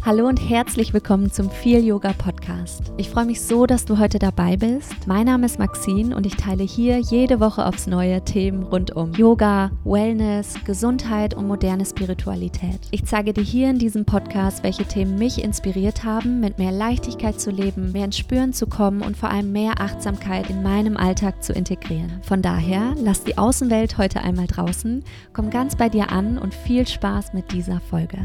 Hallo und herzlich willkommen zum Feel Yoga Podcast. Ich freue mich so, dass du heute dabei bist. Mein Name ist Maxine und ich teile hier jede Woche aufs Neue Themen rund um Yoga, Wellness, Gesundheit und moderne Spiritualität. Ich zeige dir hier in diesem Podcast, welche Themen mich inspiriert haben, mit mehr Leichtigkeit zu leben, mehr ins Spüren zu kommen und vor allem mehr Achtsamkeit in meinem Alltag zu integrieren. Von daher, lass die Außenwelt heute einmal draußen, komm ganz bei dir an und viel Spaß mit dieser Folge.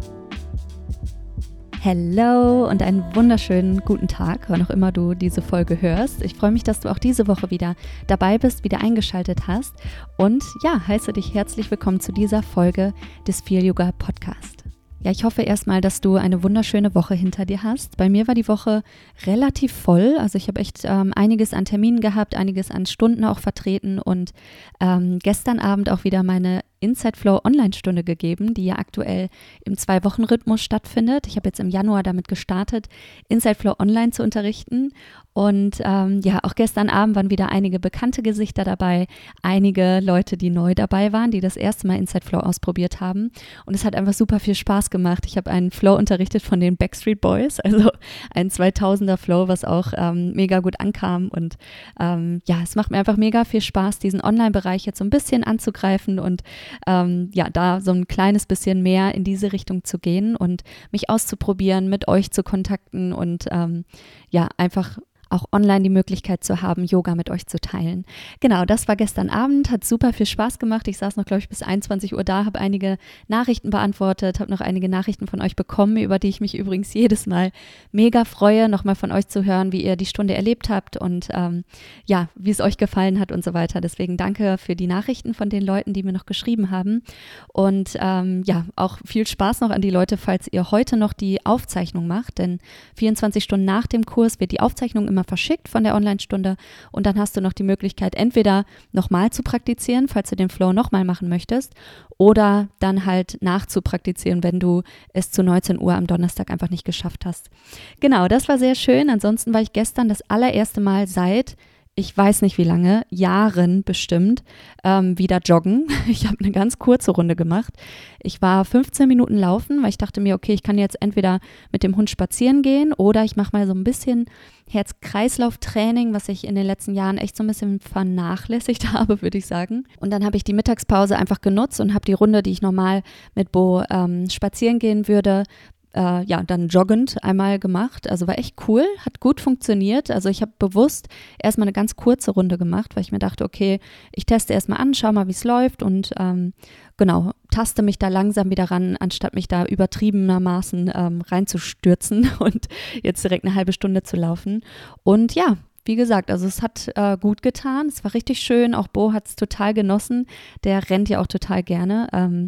Hello und einen wunderschönen guten Tag, wann auch immer du diese Folge hörst. Ich freue mich, dass du auch diese Woche wieder dabei bist, wieder eingeschaltet hast und ja, heiße dich herzlich willkommen zu dieser Folge des Feel Yoga Podcast. Ja, ich hoffe erstmal, dass du eine wunderschöne Woche hinter dir hast. Bei mir war die Woche relativ voll, also ich habe echt einiges an Terminen gehabt, einiges an Stunden auch vertreten und gestern Abend auch wieder meine Inside Flow Online-Stunde gegeben, die ja aktuell im 2-Wochen-Rhythmus stattfindet. Ich habe jetzt im Januar damit gestartet, Inside Flow online zu unterrichten und auch gestern Abend waren wieder einige bekannte Gesichter dabei, einige Leute, die neu dabei waren, die das erste Mal Inside Flow ausprobiert haben und es hat einfach super viel Spaß gemacht. Ich habe einen Flow unterrichtet von den Backstreet Boys, also ein 2000er Flow, was auch mega gut ankam und es macht mir einfach mega viel Spaß, diesen Online-Bereich jetzt so ein bisschen anzugreifen und da so ein kleines bisschen mehr in diese Richtung zu gehen und mich auszuprobieren, mit euch zu kontakten und einfach auch online die Möglichkeit zu haben, Yoga mit euch zu teilen. Genau, das war gestern Abend, hat super viel Spaß gemacht. Ich saß noch, glaube ich, bis 21 Uhr da, habe einige Nachrichten beantwortet, habe noch einige Nachrichten von euch bekommen, über die ich mich übrigens jedes Mal mega freue, nochmal von euch zu hören, wie ihr die Stunde erlebt habt und wie es euch gefallen hat und so weiter. Deswegen danke für die Nachrichten von den Leuten, die mir noch geschrieben haben und auch viel Spaß noch an die Leute, falls ihr heute noch die Aufzeichnung macht, denn 24 Stunden nach dem Kurs wird die Aufzeichnung immer verschickt von der Online-Stunde und dann hast du noch die Möglichkeit, entweder nochmal zu praktizieren, falls du den Flow nochmal machen möchtest oder dann halt nachzupraktizieren, wenn du es zu 19 Uhr am Donnerstag einfach nicht geschafft hast. Genau, das war sehr schön. Ansonsten war ich gestern das allererste Mal seit ich weiß nicht wie lange, Jahren bestimmt, wieder joggen. Ich habe eine ganz kurze Runde gemacht. Ich war 15 Minuten laufen, weil ich dachte mir, okay, ich kann jetzt entweder mit dem Hund spazieren gehen oder ich mache mal so ein bisschen Herz-Kreislauf-Training, was ich in den letzten Jahren echt so ein bisschen vernachlässigt habe, würde ich sagen. Und dann habe ich die Mittagspause einfach genutzt und habe die Runde, die ich normal mit Bo spazieren gehen würde, dann joggend einmal gemacht. Also war echt cool, hat gut funktioniert. Also ich habe bewusst erstmal eine ganz kurze Runde gemacht, weil ich mir dachte, okay, ich teste erstmal an, schau mal, wie es läuft und taste mich da langsam wieder ran, anstatt mich da übertriebenermaßen reinzustürzen und jetzt direkt eine halbe Stunde zu laufen. Und ja, wie gesagt, also es hat gut getan, es war richtig schön, auch Bo hat es total genossen, der rennt ja auch total gerne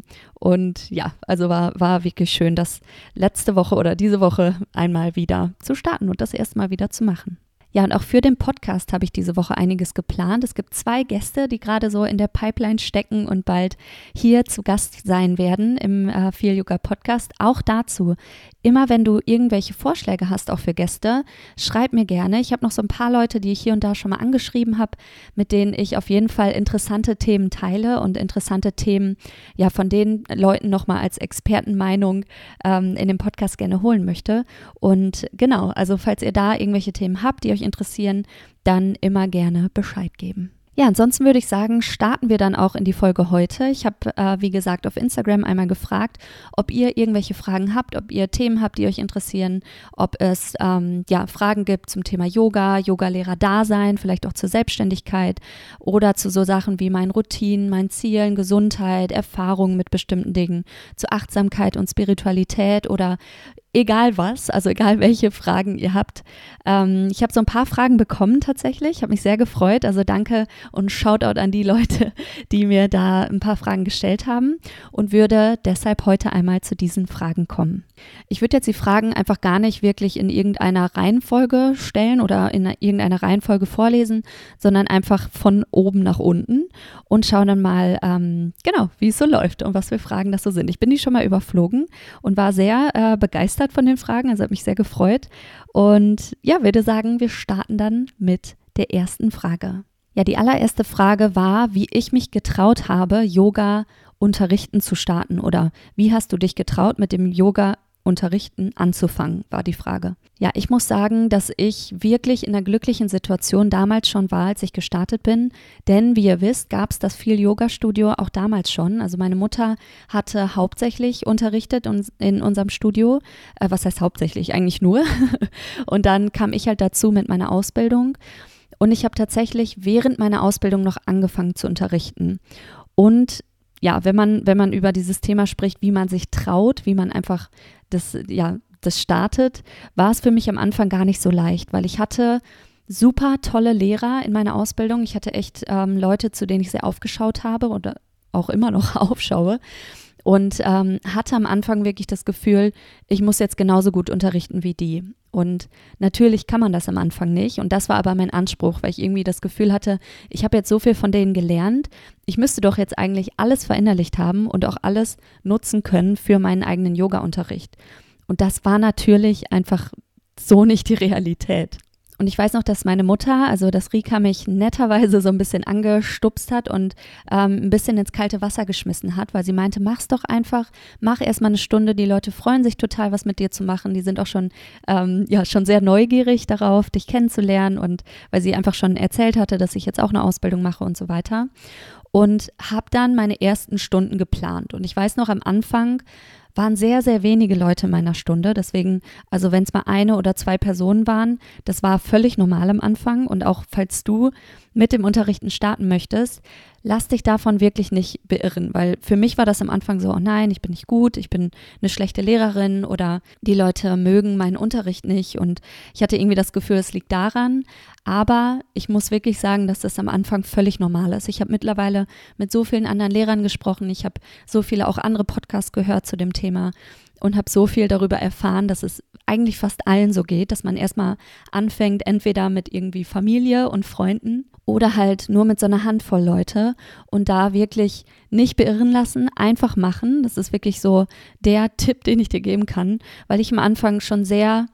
also war wirklich schön, das letzte Woche oder diese Woche einmal wieder zu starten und das erste Mal wieder zu machen. Ja, und auch für den Podcast habe ich diese Woche einiges geplant. Es gibt 2 Gäste, die gerade so in der Pipeline stecken und bald hier zu Gast sein werden im Feel Yoga Podcast. Auch dazu, immer wenn du irgendwelche Vorschläge hast, auch für Gäste, schreib mir gerne. Ich habe noch so ein paar Leute, die ich hier und da schon mal angeschrieben habe, mit denen ich auf jeden Fall interessante Themen teile und interessante Themen von den Leuten nochmal als Expertenmeinung in den Podcast gerne holen möchte. Und genau, also falls ihr da irgendwelche Themen habt, die euch interessieren, dann immer gerne Bescheid geben. Ja, ansonsten würde ich sagen, starten wir dann auch in die Folge heute. Ich habe, wie gesagt, auf Instagram einmal gefragt, ob ihr irgendwelche Fragen habt, ob ihr Themen habt, die euch interessieren, ob es Fragen gibt zum Thema Yoga, Yogalehrer-Dasein, vielleicht auch zur Selbstständigkeit oder zu so Sachen wie meinen Routinen, meinen Zielen, Gesundheit, Erfahrungen mit bestimmten Dingen, zu Achtsamkeit und Spiritualität oder egal was, also egal welche Fragen ihr habt. Ich habe so ein paar Fragen bekommen tatsächlich, habe mich sehr gefreut, also danke und Shoutout an die Leute, die mir da ein paar Fragen gestellt haben und würde deshalb heute einmal zu diesen Fragen kommen. Ich würde jetzt die Fragen einfach gar nicht wirklich in irgendeiner Reihenfolge stellen oder in irgendeiner Reihenfolge vorlesen, sondern einfach von oben nach unten und schauen dann mal, wie es so läuft und was für Fragen das so sind. Ich bin die schon mal überflogen und war sehr begeistert von den Fragen, also hat mich sehr gefreut und ja, würde sagen, wir starten dann mit der ersten Frage. Ja, die allererste Frage war, wie ich mich getraut habe, Yoga unterrichten zu starten oder wie hast du dich getraut, mit dem Yoga Unterrichten anzufangen, war die Frage. Ja, ich muss sagen, dass ich wirklich in einer glücklichen Situation damals schon war, als ich gestartet bin. Denn wie ihr wisst, gab es das Feel-Yoga-Studio auch damals schon. Also meine Mutter hatte hauptsächlich unterrichtet in unserem Studio. Was heißt hauptsächlich? Eigentlich nur. Und dann kam ich halt dazu mit meiner Ausbildung. Und ich habe tatsächlich während meiner Ausbildung noch angefangen zu unterrichten. Und ja, wenn man über dieses Thema spricht, wie man sich traut, wie man einfach das startet, war es für mich am Anfang gar nicht so leicht, weil ich hatte super tolle Lehrer in meiner Ausbildung. Ich hatte echt Leute, zu denen ich sehr aufgeschaut habe oder auch immer noch aufschaue. Und hatte am Anfang wirklich das Gefühl, ich muss jetzt genauso gut unterrichten wie die. Und natürlich kann man das am Anfang nicht. Und das war aber mein Anspruch, weil ich irgendwie das Gefühl hatte, ich habe jetzt so viel von denen gelernt. Ich müsste doch jetzt eigentlich alles verinnerlicht haben und auch alles nutzen können für meinen eigenen Yoga-Unterricht. Und das war natürlich einfach so nicht die Realität. Und ich weiß noch, dass meine Mutter, also dass Rika mich netterweise so ein bisschen angestupst hat und ein bisschen ins kalte Wasser geschmissen hat, weil sie meinte, mach's doch einfach, mach erstmal eine Stunde, die Leute freuen sich total, was mit dir zu machen, die sind auch schon sehr neugierig darauf, dich kennenzulernen und weil sie einfach schon erzählt hatte, dass ich jetzt auch eine Ausbildung mache und so weiter und habe dann meine ersten Stunden geplant und ich weiß noch, am Anfang waren sehr, sehr wenige Leute in meiner Stunde. Deswegen, also wenn es mal 1 oder 2 Personen waren, das war völlig normal am Anfang. Und auch falls du mit dem Unterrichten starten möchtest, lass dich davon wirklich nicht beirren. Weil für mich war das am Anfang so, oh nein, ich bin nicht gut, ich bin eine schlechte Lehrerin oder die Leute mögen meinen Unterricht nicht. Und ich hatte irgendwie das Gefühl, es liegt daran. Aber ich muss wirklich sagen, dass das am Anfang völlig normal ist. Ich habe mittlerweile mit so vielen anderen Lehrern gesprochen. Ich habe so viele auch andere Podcasts gehört zu dem Thema und habe so viel darüber erfahren, dass es eigentlich fast allen so geht, dass man erstmal anfängt, entweder mit irgendwie Familie und Freunden oder halt nur mit so einer Handvoll Leute und da wirklich nicht beirren lassen, einfach machen. Das ist wirklich so der Tipp, den ich dir geben kann, weil ich am Anfang schon sehr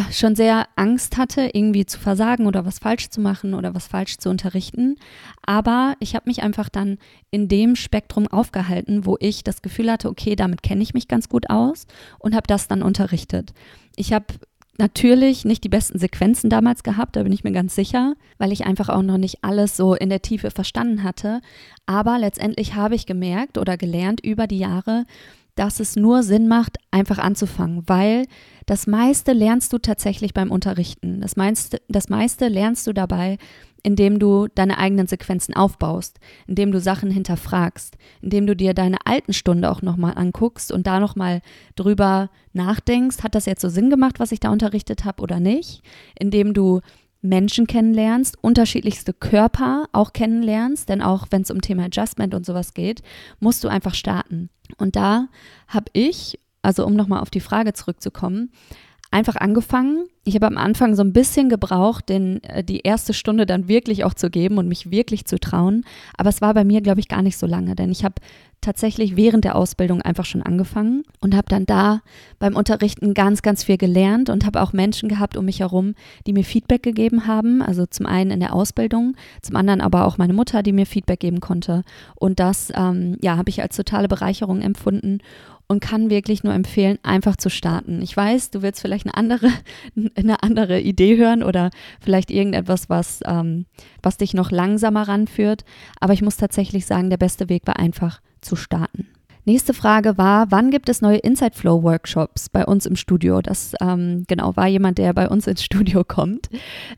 Angst hatte, irgendwie zu versagen oder was falsch zu machen oder was falsch zu unterrichten. Aber ich habe mich einfach dann in dem Spektrum aufgehalten, wo ich das Gefühl hatte, okay, damit kenne ich mich ganz gut aus und habe das dann unterrichtet. Ich habe natürlich nicht die besten Sequenzen damals gehabt, da bin ich mir ganz sicher, weil ich einfach auch noch nicht alles so in der Tiefe verstanden hatte. Aber letztendlich habe ich gemerkt oder gelernt über die Jahre, dass es nur Sinn macht, einfach anzufangen, weil das meiste lernst du tatsächlich beim Unterrichten. Das meiste lernst du dabei, indem du deine eigenen Sequenzen aufbaust, indem du Sachen hinterfragst, indem du dir deine alten Stunde auch nochmal anguckst und da nochmal drüber nachdenkst, hat das jetzt so Sinn gemacht, was ich da unterrichtet habe oder nicht, indem du Menschen kennenlernst, unterschiedlichste Körper auch kennenlernst, denn auch wenn es um Thema Adjustment und sowas geht, musst du einfach starten. Und da habe ich, also um nochmal auf die Frage zurückzukommen, einfach angefangen. Ich habe am Anfang so ein bisschen gebraucht, die erste Stunde dann wirklich auch zu geben und mich wirklich zu trauen. Aber es war bei mir, glaube ich, gar nicht so lange, denn ich habe tatsächlich während der Ausbildung einfach schon angefangen und habe dann da beim Unterrichten ganz, ganz viel gelernt und habe auch Menschen gehabt um mich herum, die mir Feedback gegeben haben. Also zum einen in der Ausbildung, zum anderen aber auch meine Mutter, die mir Feedback geben konnte. Und das habe ich als totale Bereicherung empfunden und kann wirklich nur empfehlen, einfach zu starten. Ich weiß, du willst vielleicht eine andere Idee hören oder vielleicht irgendetwas, was dich noch langsamer ranführt. Aber ich muss tatsächlich sagen, der beste Weg war einfach zu starten. Nächste Frage war, wann gibt es neue Inside Flow Workshops bei uns im Studio? Das war jemand, der bei uns ins Studio kommt.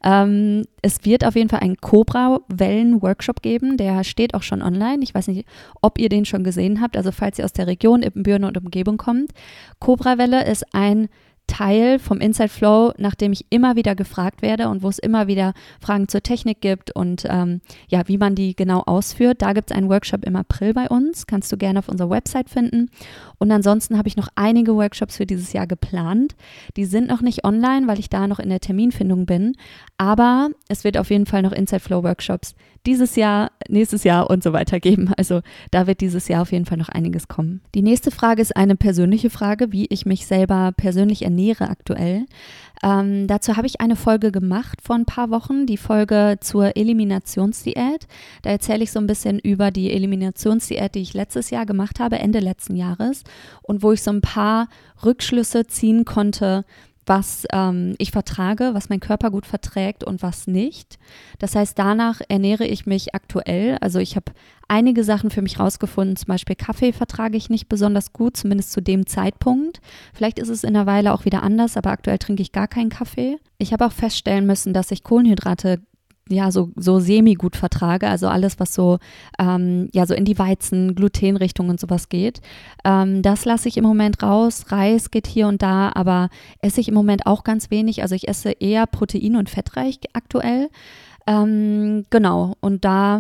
Es wird auf jeden Fall einen Cobra-Wellen-Workshop geben, der steht auch schon online. Ich weiß nicht, ob ihr den schon gesehen habt, also falls ihr aus der Region Ippenbüren und Umgebung kommt. Cobra-Welle ist ein Teil vom Inside Flow, nach dem ich immer wieder gefragt werde und wo es immer wieder Fragen zur Technik gibt und wie man die genau ausführt. Da gibt es einen Workshop im April bei uns, kannst du gerne auf unserer Website finden. Und ansonsten habe ich noch einige Workshops für dieses Jahr geplant. Die sind noch nicht online, weil ich da noch in der Terminfindung bin, aber es wird auf jeden Fall noch Inside Flow Workshops dieses Jahr, nächstes Jahr und so weiter geben. Also da wird dieses Jahr auf jeden Fall noch einiges kommen. Die nächste Frage ist eine persönliche Frage, wie ich mich selber persönlich ernähre aktuell. Dazu habe ich eine Folge gemacht vor ein paar Wochen, die Folge zur Eliminationsdiät. Da erzähle ich so ein bisschen über die Eliminationsdiät, die ich letztes Jahr gemacht habe, Ende letzten Jahres, und wo ich so ein paar Rückschlüsse ziehen konnte, was ich vertrage, was mein Körper gut verträgt und was nicht. Das heißt, danach ernähre ich mich aktuell. Also ich habe einige Sachen für mich rausgefunden, zum Beispiel Kaffee vertrage ich nicht besonders gut, zumindest zu dem Zeitpunkt. Vielleicht ist es in einer Weile auch wieder anders, aber aktuell trinke ich gar keinen Kaffee. Ich habe auch feststellen müssen, dass ich Kohlenhydrate so semi-gut vertrage, also alles, was so so in die Weizen-Gluten-Richtung und sowas geht. Das lasse ich im Moment raus. Reis geht hier und da, aber esse ich im Moment auch ganz wenig. Also ich esse eher protein- und fettreich aktuell. Genau, und da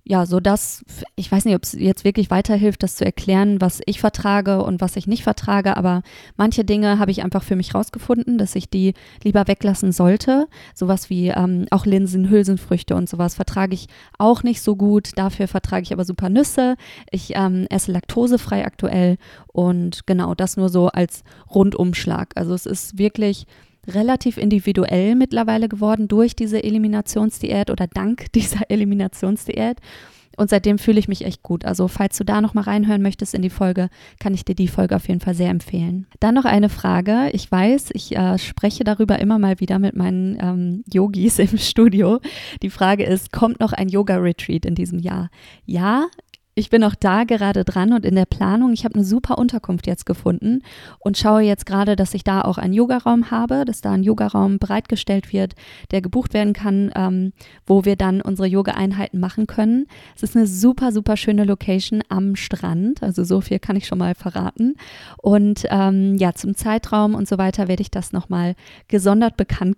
ich weiß nicht, ob es jetzt wirklich weiterhilft, das zu erklären, was ich vertrage und was ich nicht vertrage, aber manche Dinge habe ich einfach für mich rausgefunden, dass ich die lieber weglassen sollte. Sowas wie auch Linsen, Hülsenfrüchte und sowas vertrage ich auch nicht so gut. Dafür vertrage ich aber super Nüsse. Ich esse laktosefrei aktuell und genau, das nur so als Rundumschlag. Also es ist wirklich relativ individuell mittlerweile geworden durch diese Eliminationsdiät oder dank dieser Eliminationsdiät. Und seitdem fühle ich mich echt gut. Also falls du da nochmal reinhören möchtest in die Folge, kann ich dir die Folge auf jeden Fall sehr empfehlen. Dann noch eine Frage. Ich weiß, ich spreche darüber immer mal wieder mit meinen Yogis im Studio. Die Frage ist, kommt noch ein Yoga-Retreat in diesem Jahr? Ja, ich bin auch da gerade dran und in der Planung. Ich habe eine super Unterkunft jetzt gefunden und schaue jetzt gerade, dass ich da auch einen Yogaraum habe, dass da ein Yogaraum bereitgestellt wird, der gebucht werden kann, wo wir dann unsere Yoga-Einheiten machen können. Es ist eine super, super schöne Location am Strand, also so viel kann ich schon mal verraten. Und zum Zeitraum und so weiter werde ich das nochmal gesondert bekannt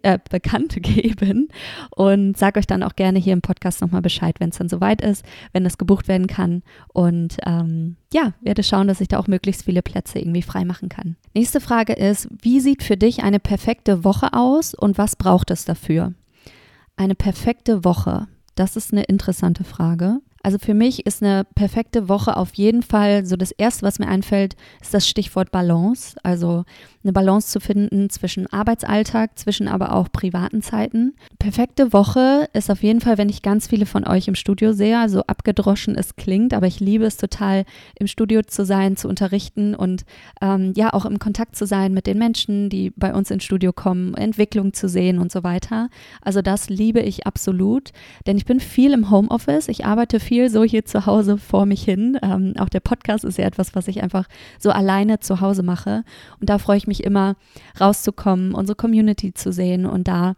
geben und sage euch dann auch gerne hier im Podcast nochmal Bescheid, wenn es dann soweit ist, wenn das gebucht werden kann und werde schauen, dass ich da auch möglichst viele Plätze irgendwie frei machen kann. Nächste Frage ist, wie sieht für dich eine perfekte Woche aus und was braucht es dafür? Eine perfekte Woche, das ist eine interessante Frage. Also für mich ist eine perfekte Woche auf jeden Fall so das Erste, was mir einfällt, ist das Stichwort Balance. Also eine Balance zu finden zwischen Arbeitsalltag, zwischen aber auch privaten Zeiten. Perfekte Woche ist auf jeden Fall, wenn ich ganz viele von euch im Studio sehe, also abgedroschen es klingt, aber ich liebe es total, im Studio zu sein, zu unterrichten und auch im Kontakt zu sein mit den Menschen, die bei uns ins Studio kommen, Entwicklung zu sehen und so weiter. Also das liebe ich absolut, denn ich bin viel im Homeoffice, ich arbeite viel so hier zu Hause vor mich hin. Auch der Podcast ist ja etwas, was ich einfach so alleine zu Hause mache. Und da freue ich mich immer, rauszukommen, unsere Community zu sehen und da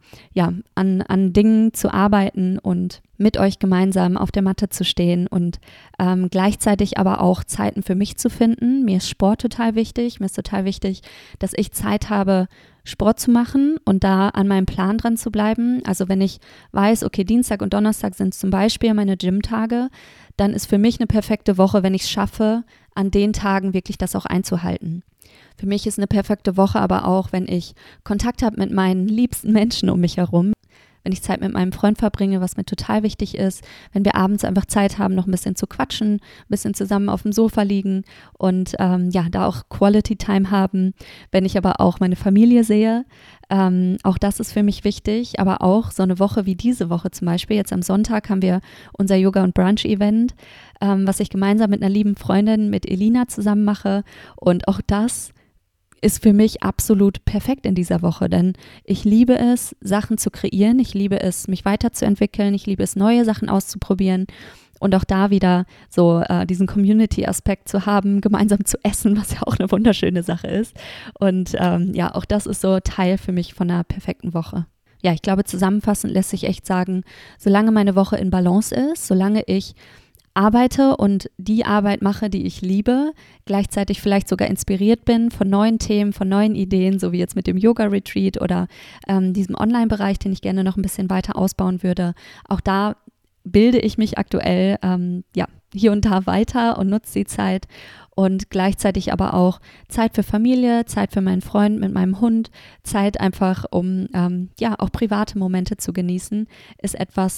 an Dingen zu arbeiten und mit euch gemeinsam auf der Matte zu stehen und gleichzeitig aber auch Zeiten für mich zu finden. Mir ist Sport total wichtig. Mir ist total wichtig, dass ich Zeit habe, Sport zu machen und da an meinem Plan dran zu bleiben. Also wenn ich weiß, okay, Dienstag und Donnerstag sind zum Beispiel meine Gym-Tage, dann ist für mich eine perfekte Woche, wenn ich es schaffe, an den Tagen wirklich das auch einzuhalten. Für mich ist eine perfekte Woche aber auch, wenn ich Kontakt habe mit meinen liebsten Menschen um mich herum. Wenn ich Zeit mit meinem Freund verbringe, was mir total wichtig ist, wenn wir abends einfach Zeit haben, noch ein bisschen zu quatschen, ein bisschen zusammen auf dem Sofa liegen und da auch Quality Time haben. Wenn ich aber auch meine Familie sehe, auch das ist für mich wichtig, aber auch so eine Woche wie diese Woche zum Beispiel. Jetzt am Sonntag haben wir unser Yoga- und Brunch-Event, was ich gemeinsam mit einer lieben Freundin, mit Elina zusammen mache und auch das ist für mich absolut perfekt in dieser Woche, denn ich liebe es, Sachen zu kreieren, ich liebe es, mich weiterzuentwickeln, ich liebe es, neue Sachen auszuprobieren und auch da wieder so diesen Community-Aspekt zu haben, gemeinsam zu essen, was ja auch eine wunderschöne Sache ist und auch das ist so Teil für mich von einer perfekten Woche. Ja, ich glaube, zusammenfassend lässt sich echt sagen, solange meine Woche in Balance ist, solange ich arbeite und die Arbeit mache, die ich liebe, gleichzeitig vielleicht sogar inspiriert bin von neuen Themen, von neuen Ideen, so wie jetzt mit dem Yoga-Retreat oder diesem Online-Bereich, den ich gerne noch ein bisschen weiter ausbauen würde. Auch da bilde ich mich aktuell hier und da weiter und nutze die Zeit und gleichzeitig aber auch Zeit für Familie, Zeit für meinen Freund mit meinem Hund, Zeit einfach, um auch private Momente zu genießen, ist etwas,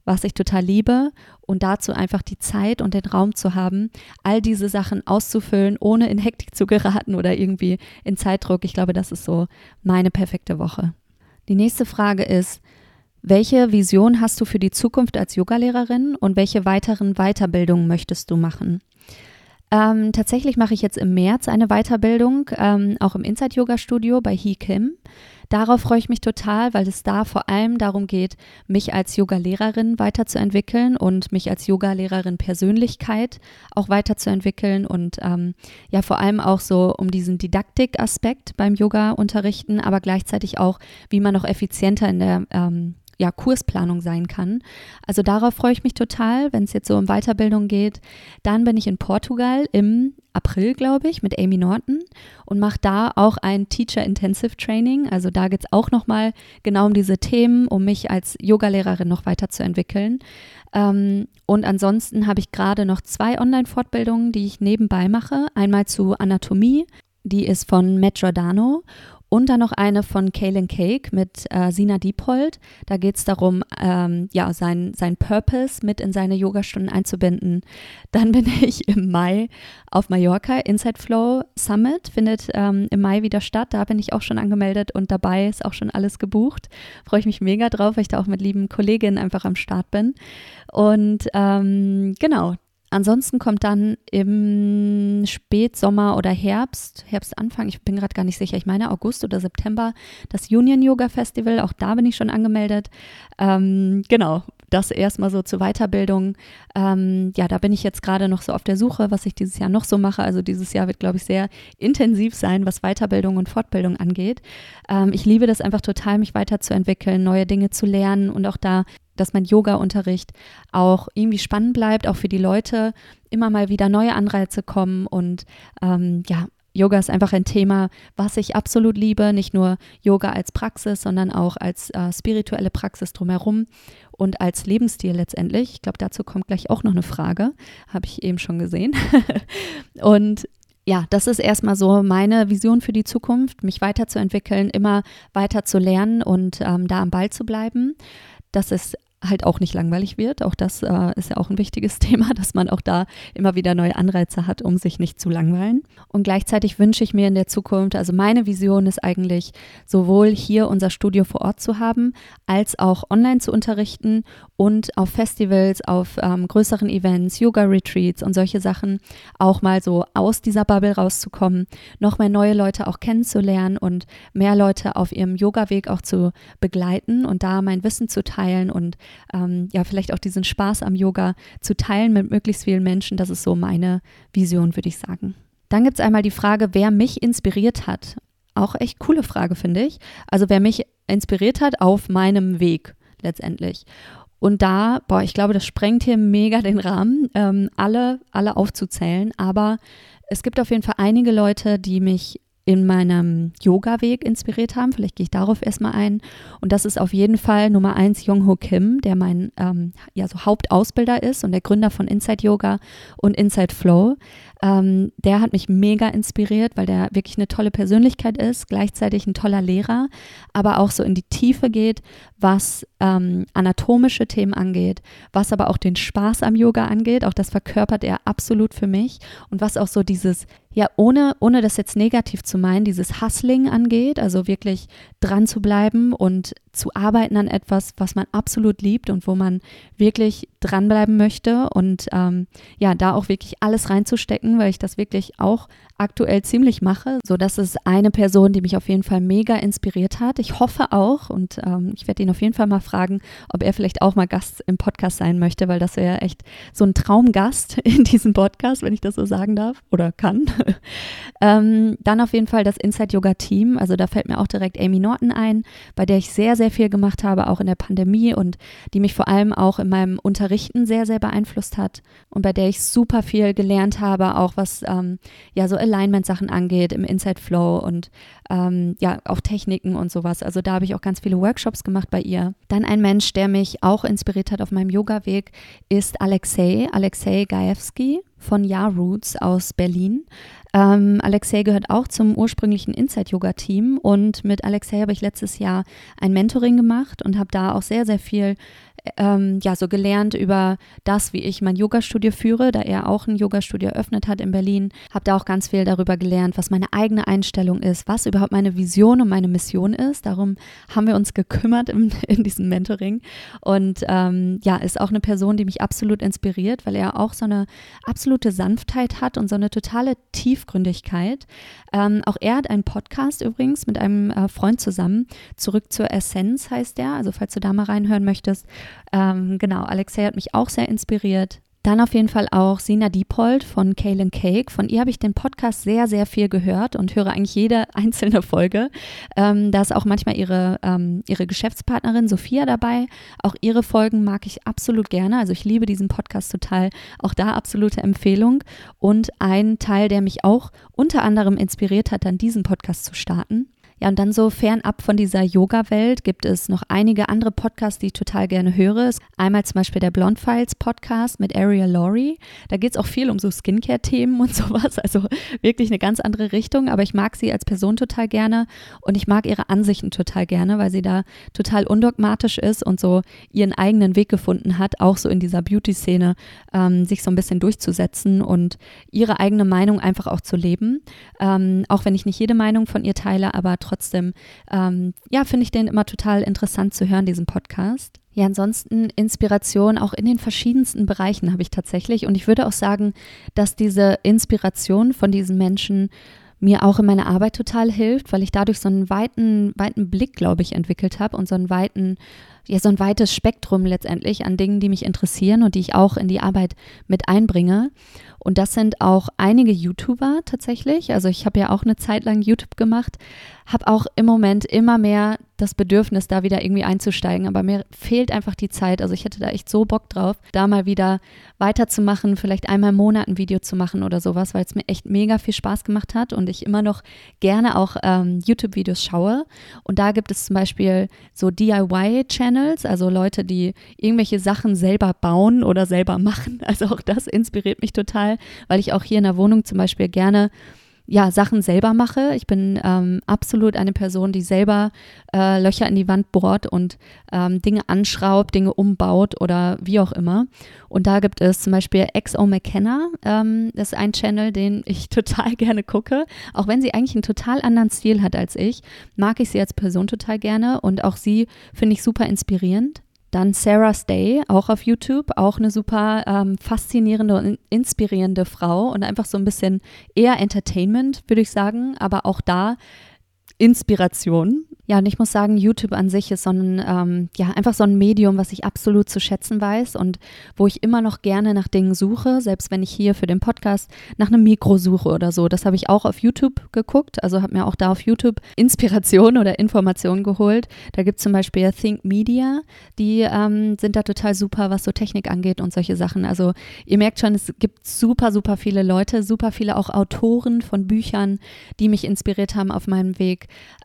was ich total liebe und dazu einfach die Zeit und den Raum zu haben, all diese Sachen auszufüllen, ohne in Hektik zu geraten oder irgendwie in Zeitdruck. Ich glaube, das ist so meine perfekte Woche. Die nächste Frage ist, welche Vision hast du für die Zukunft als Yogalehrerin und welche weiteren Weiterbildungen möchtest du machen? Tatsächlich mache ich jetzt im März eine Weiterbildung, auch im Inside-Yoga-Studio bei Hee Kim. Darauf freue ich mich total, weil es da vor allem darum geht, mich als Yoga-Lehrerin weiterzuentwickeln und mich als Yoga-Lehrerin Persönlichkeit auch weiterzuentwickeln und ja vor allem auch so um diesen Didaktik-Aspekt beim Yoga-Unterrichten, aber gleichzeitig auch, wie man noch effizienter in der Kursplanung sein kann. Also darauf freue ich mich total, wenn es jetzt so um Weiterbildung geht. Dann bin ich in Portugal im April, glaube ich, mit Amy Norton und mache da auch ein Teacher Intensive Training. Also da geht es auch nochmal genau um diese Themen, um mich als Yogalehrerin noch weiterzuentwickeln. Und ansonsten habe ich gerade noch 2 Online-Fortbildungen, die ich nebenbei mache. Einmal zu Anatomie, die ist von Matt Giordano. Und dann noch eine von Kaylin Cake mit Sina Diepold. Da geht es darum, sein Purpose mit in seine Yogastunden einzubinden. Dann bin ich im Mai auf Mallorca. Inside Flow Summit findet im Mai wieder statt. Da bin ich auch schon angemeldet und dabei ist auch schon alles gebucht. Freue ich mich mega drauf, weil ich da auch mit lieben Kolleginnen einfach am Start bin. Und genau. Ansonsten kommt dann im Spätsommer oder Herbstanfang, ich bin gerade gar nicht sicher, ich meine August oder September, das Union Yoga Festival, auch da bin ich schon angemeldet. Genau, das erstmal so zur Weiterbildung. Da bin ich jetzt gerade noch so auf der Suche, was ich dieses Jahr noch so mache. Also dieses Jahr wird, glaube ich, sehr intensiv sein, was Weiterbildung und Fortbildung angeht. Ich liebe das einfach total, mich weiterzuentwickeln, neue Dinge zu lernen und auch da, dass mein Yoga-Unterricht auch irgendwie spannend bleibt, auch für die Leute, immer mal wieder neue Anreize kommen und Yoga ist einfach ein Thema, was ich absolut liebe, nicht nur Yoga als Praxis, sondern auch als spirituelle Praxis drumherum und als Lebensstil letztendlich. Ich glaube, dazu kommt gleich auch noch eine Frage, habe ich eben schon gesehen. Und ja, das ist erstmal so meine Vision für die Zukunft, mich weiterzuentwickeln, immer weiter zu lernen und da am Ball zu bleiben. Das ist halt auch nicht langweilig wird. Auch das ist ja auch ein wichtiges Thema, dass man auch da immer wieder neue Anreize hat, um sich nicht zu langweilen. Und gleichzeitig wünsche ich mir in der Zukunft, also meine Vision ist eigentlich, sowohl hier unser Studio vor Ort zu haben, als auch online zu unterrichten und auf Festivals, auf größeren Events, Yoga-Retreats und solche Sachen auch mal so aus dieser Bubble rauszukommen, noch mehr neue Leute auch kennenzulernen und mehr Leute auf ihrem Yoga-Weg auch zu begleiten und da mein Wissen zu teilen und vielleicht auch diesen Spaß am Yoga zu teilen mit möglichst vielen Menschen. Das ist so meine Vision, würde ich sagen. Dann gibt es einmal die Frage, wer mich inspiriert hat. Auch echt coole Frage, finde ich. Also wer mich inspiriert hat auf meinem Weg letztendlich. Und da, ich glaube, das sprengt hier mega den Rahmen, alle aufzuzählen. Aber es gibt auf jeden Fall einige Leute, die mich in meinem Yoga-Weg inspiriert haben. Vielleicht gehe ich darauf erstmal ein. Und das ist auf jeden Fall Nummer 1 Young-Ho Kim, der mein Hauptausbilder ist und der Gründer von Inside Yoga und Inside Flow. Der hat mich mega inspiriert, weil der wirklich eine tolle Persönlichkeit ist, gleichzeitig ein toller Lehrer, aber auch so in die Tiefe geht, was anatomische Themen angeht, was aber auch den Spaß am Yoga angeht. Auch das verkörpert er absolut für mich. Und was auch so dieses, ohne das jetzt negativ zu meinen, dieses Hustling angeht, also wirklich dran zu bleiben und zu arbeiten an etwas, was man absolut liebt und wo man wirklich dranbleiben möchte und da auch wirklich alles reinzustecken, weil ich das wirklich auch aktuell ziemlich mache. So, das ist eine Person, die mich auf jeden Fall mega inspiriert hat. Ich hoffe auch und ich werde ihn auf jeden Fall mal fragen, ob er vielleicht auch mal Gast im Podcast sein möchte, weil das wäre echt so ein Traumgast in diesem Podcast, wenn ich das so sagen darf oder kann. Dann auf jeden Fall das Inside Yoga Team. Also da fällt mir auch direkt Amy Norton ein, bei der ich sehr, sehr viel gemacht habe, auch in der Pandemie und die mich vor allem auch in meinem Unterrichten sehr, sehr beeinflusst hat und bei der ich super viel gelernt habe, auch was so Alignment-Sachen angeht im Inside Flow und auch Techniken und sowas. Also da habe ich auch ganz viele Workshops gemacht bei ihr. Dann ein Mensch, der mich auch inspiriert hat auf meinem Yoga-Weg, ist Alexei Gajewski von Roots aus Berlin. Alexei gehört auch zum ursprünglichen Inside-Yoga-Team und mit Alexei habe ich letztes Jahr ein Mentoring gemacht und habe da auch sehr, sehr viel so gelernt über das, wie ich mein Yogastudio führe, da er auch ein Yogastudio eröffnet hat in Berlin. Habe da auch ganz viel darüber gelernt, was meine eigene Einstellung ist, was überhaupt meine Vision und meine Mission ist. Darum haben wir uns gekümmert in diesem Mentoring. Und ist auch eine Person, die mich absolut inspiriert, weil er auch so eine absolute Sanftheit hat und so eine totale Tiefgründigkeit. Auch er hat einen Podcast übrigens mit einem Freund zusammen. Zurück zur Essenz heißt der, also falls du da mal reinhören möchtest. Alexei hat mich auch sehr inspiriert. Dann auf jeden Fall auch Sina Diepold von Kale & Cake. Von ihr habe ich den Podcast sehr, sehr viel gehört und höre eigentlich jede einzelne Folge. Da ist auch manchmal ihre Geschäftspartnerin Sophia dabei. Auch ihre Folgen mag ich absolut gerne. Also ich liebe diesen Podcast total. Auch da absolute Empfehlung. Und ein Teil, der mich auch unter anderem inspiriert hat, dann diesen Podcast zu starten. Ja, und dann so fernab von dieser Yoga-Welt gibt es noch einige andere Podcasts, die ich total gerne höre. Einmal zum Beispiel der Blonde Files Podcast mit Ariel Laurie. Da geht es auch viel um so Skincare-Themen und sowas. Also wirklich eine ganz andere Richtung. Aber ich mag sie als Person total gerne und ich mag ihre Ansichten total gerne, weil sie da total undogmatisch ist und so ihren eigenen Weg gefunden hat, auch so in dieser Beauty-Szene sich so ein bisschen durchzusetzen und ihre eigene Meinung einfach auch zu leben. Auch wenn ich nicht jede Meinung von ihr teile, aber trotzdem, finde ich den immer total interessant zu hören, diesen Podcast. Ja, ansonsten Inspiration auch in den verschiedensten Bereichen habe ich tatsächlich. Und ich würde auch sagen, dass diese Inspiration von diesen Menschen mir auch in meiner Arbeit total hilft, weil ich dadurch so einen weiten Blick, glaube ich, entwickelt habe und so ein weites Spektrum letztendlich an Dingen, die mich interessieren und die ich auch in die Arbeit mit einbringe. Und das sind auch einige YouTuber tatsächlich. Also ich habe ja auch eine Zeit lang YouTube gemacht, habe auch im Moment immer mehr das Bedürfnis, da wieder irgendwie einzusteigen. Aber mir fehlt einfach die Zeit. Also ich hätte da echt so Bock drauf, da mal wieder weiterzumachen, vielleicht einmal im Monat ein Video zu machen oder sowas, weil es mir echt mega viel Spaß gemacht hat und ich immer noch gerne auch YouTube-Videos schaue. Und da gibt es zum Beispiel so DIY-Channels, also Leute, die irgendwelche Sachen selber bauen oder selber machen. Also auch das inspiriert mich total, weil ich auch hier in der Wohnung zum Beispiel gerne Sachen selber mache. Ich bin absolut eine Person, die selber Löcher in die Wand bohrt und Dinge anschraubt, Dinge umbaut oder wie auch immer. Und da gibt es zum Beispiel XO McKenna. Das ist ein Channel, den ich total gerne gucke. Auch wenn sie eigentlich einen total anderen Stil hat als ich, mag ich sie als Person total gerne und auch sie finde ich super inspirierend. Dann Sarah's Day, auch auf YouTube, auch eine super faszinierende und inspirierende Frau und einfach so ein bisschen eher Entertainment, würde ich sagen, aber auch da Inspiration. Ja, und ich muss sagen, YouTube an sich ist so ein, einfach so ein Medium, was ich absolut zu schätzen weiß und wo ich immer noch gerne nach Dingen suche, selbst wenn ich hier für den Podcast nach einem Mikro suche oder so. Das habe ich auch auf YouTube geguckt, also habe mir auch da auf YouTube Inspiration oder Informationen geholt. Da gibt es zum Beispiel Think Media, die sind da total super, was so Technik angeht und solche Sachen. Also ihr merkt schon, es gibt super, super viele Leute, super viele auch Autoren von Büchern, die mich inspiriert haben auf meinem Weg.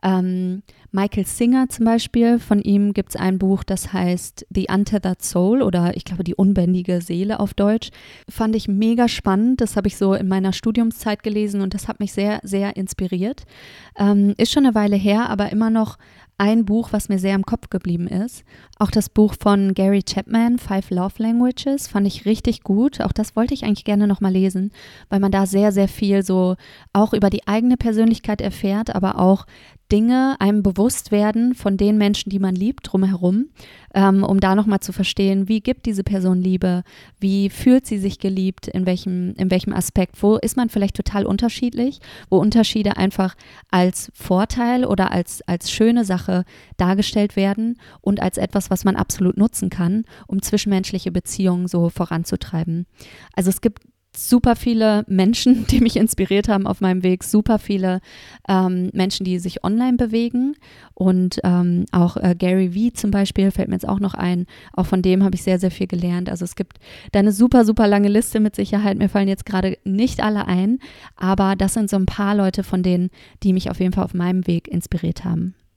Michael Singer zum Beispiel, von ihm gibt es ein Buch, das heißt The Untethered Soul oder ich glaube die unbändige Seele auf Deutsch. Fand ich mega spannend, das habe ich so in meiner Studiumszeit gelesen und das hat mich sehr, sehr inspiriert. Ist schon eine Weile her, aber immer noch ein Buch, was mir sehr im Kopf geblieben ist. Auch das Buch von Gary Chapman, 5 Love Languages, fand ich richtig gut. Auch das wollte ich eigentlich gerne nochmal lesen, weil man da sehr, sehr viel so auch über die eigene Persönlichkeit erfährt, aber auch Dinge einem bewusst werden von den Menschen, die man liebt, drumherum, um da nochmal zu verstehen, wie gibt diese Person Liebe, wie fühlt sie sich geliebt, in welchem Aspekt, wo ist man vielleicht total unterschiedlich, wo Unterschiede einfach als Vorteil oder als schöne Sache dargestellt werden und als etwas, was man absolut nutzen kann, um zwischenmenschliche Beziehungen so voranzutreiben. Also es gibt super viele Menschen, die mich inspiriert haben auf meinem Weg, super viele Menschen, die sich online bewegen und auch Gary Vee zum Beispiel fällt mir jetzt auch noch ein, auch von dem habe ich sehr, sehr viel gelernt. Also es gibt da eine super, super lange Liste mit Sicherheit, mir fallen jetzt gerade nicht alle ein, aber das sind so ein paar Leute von denen, die mich auf jeden Fall auf meinem Weg inspiriert haben.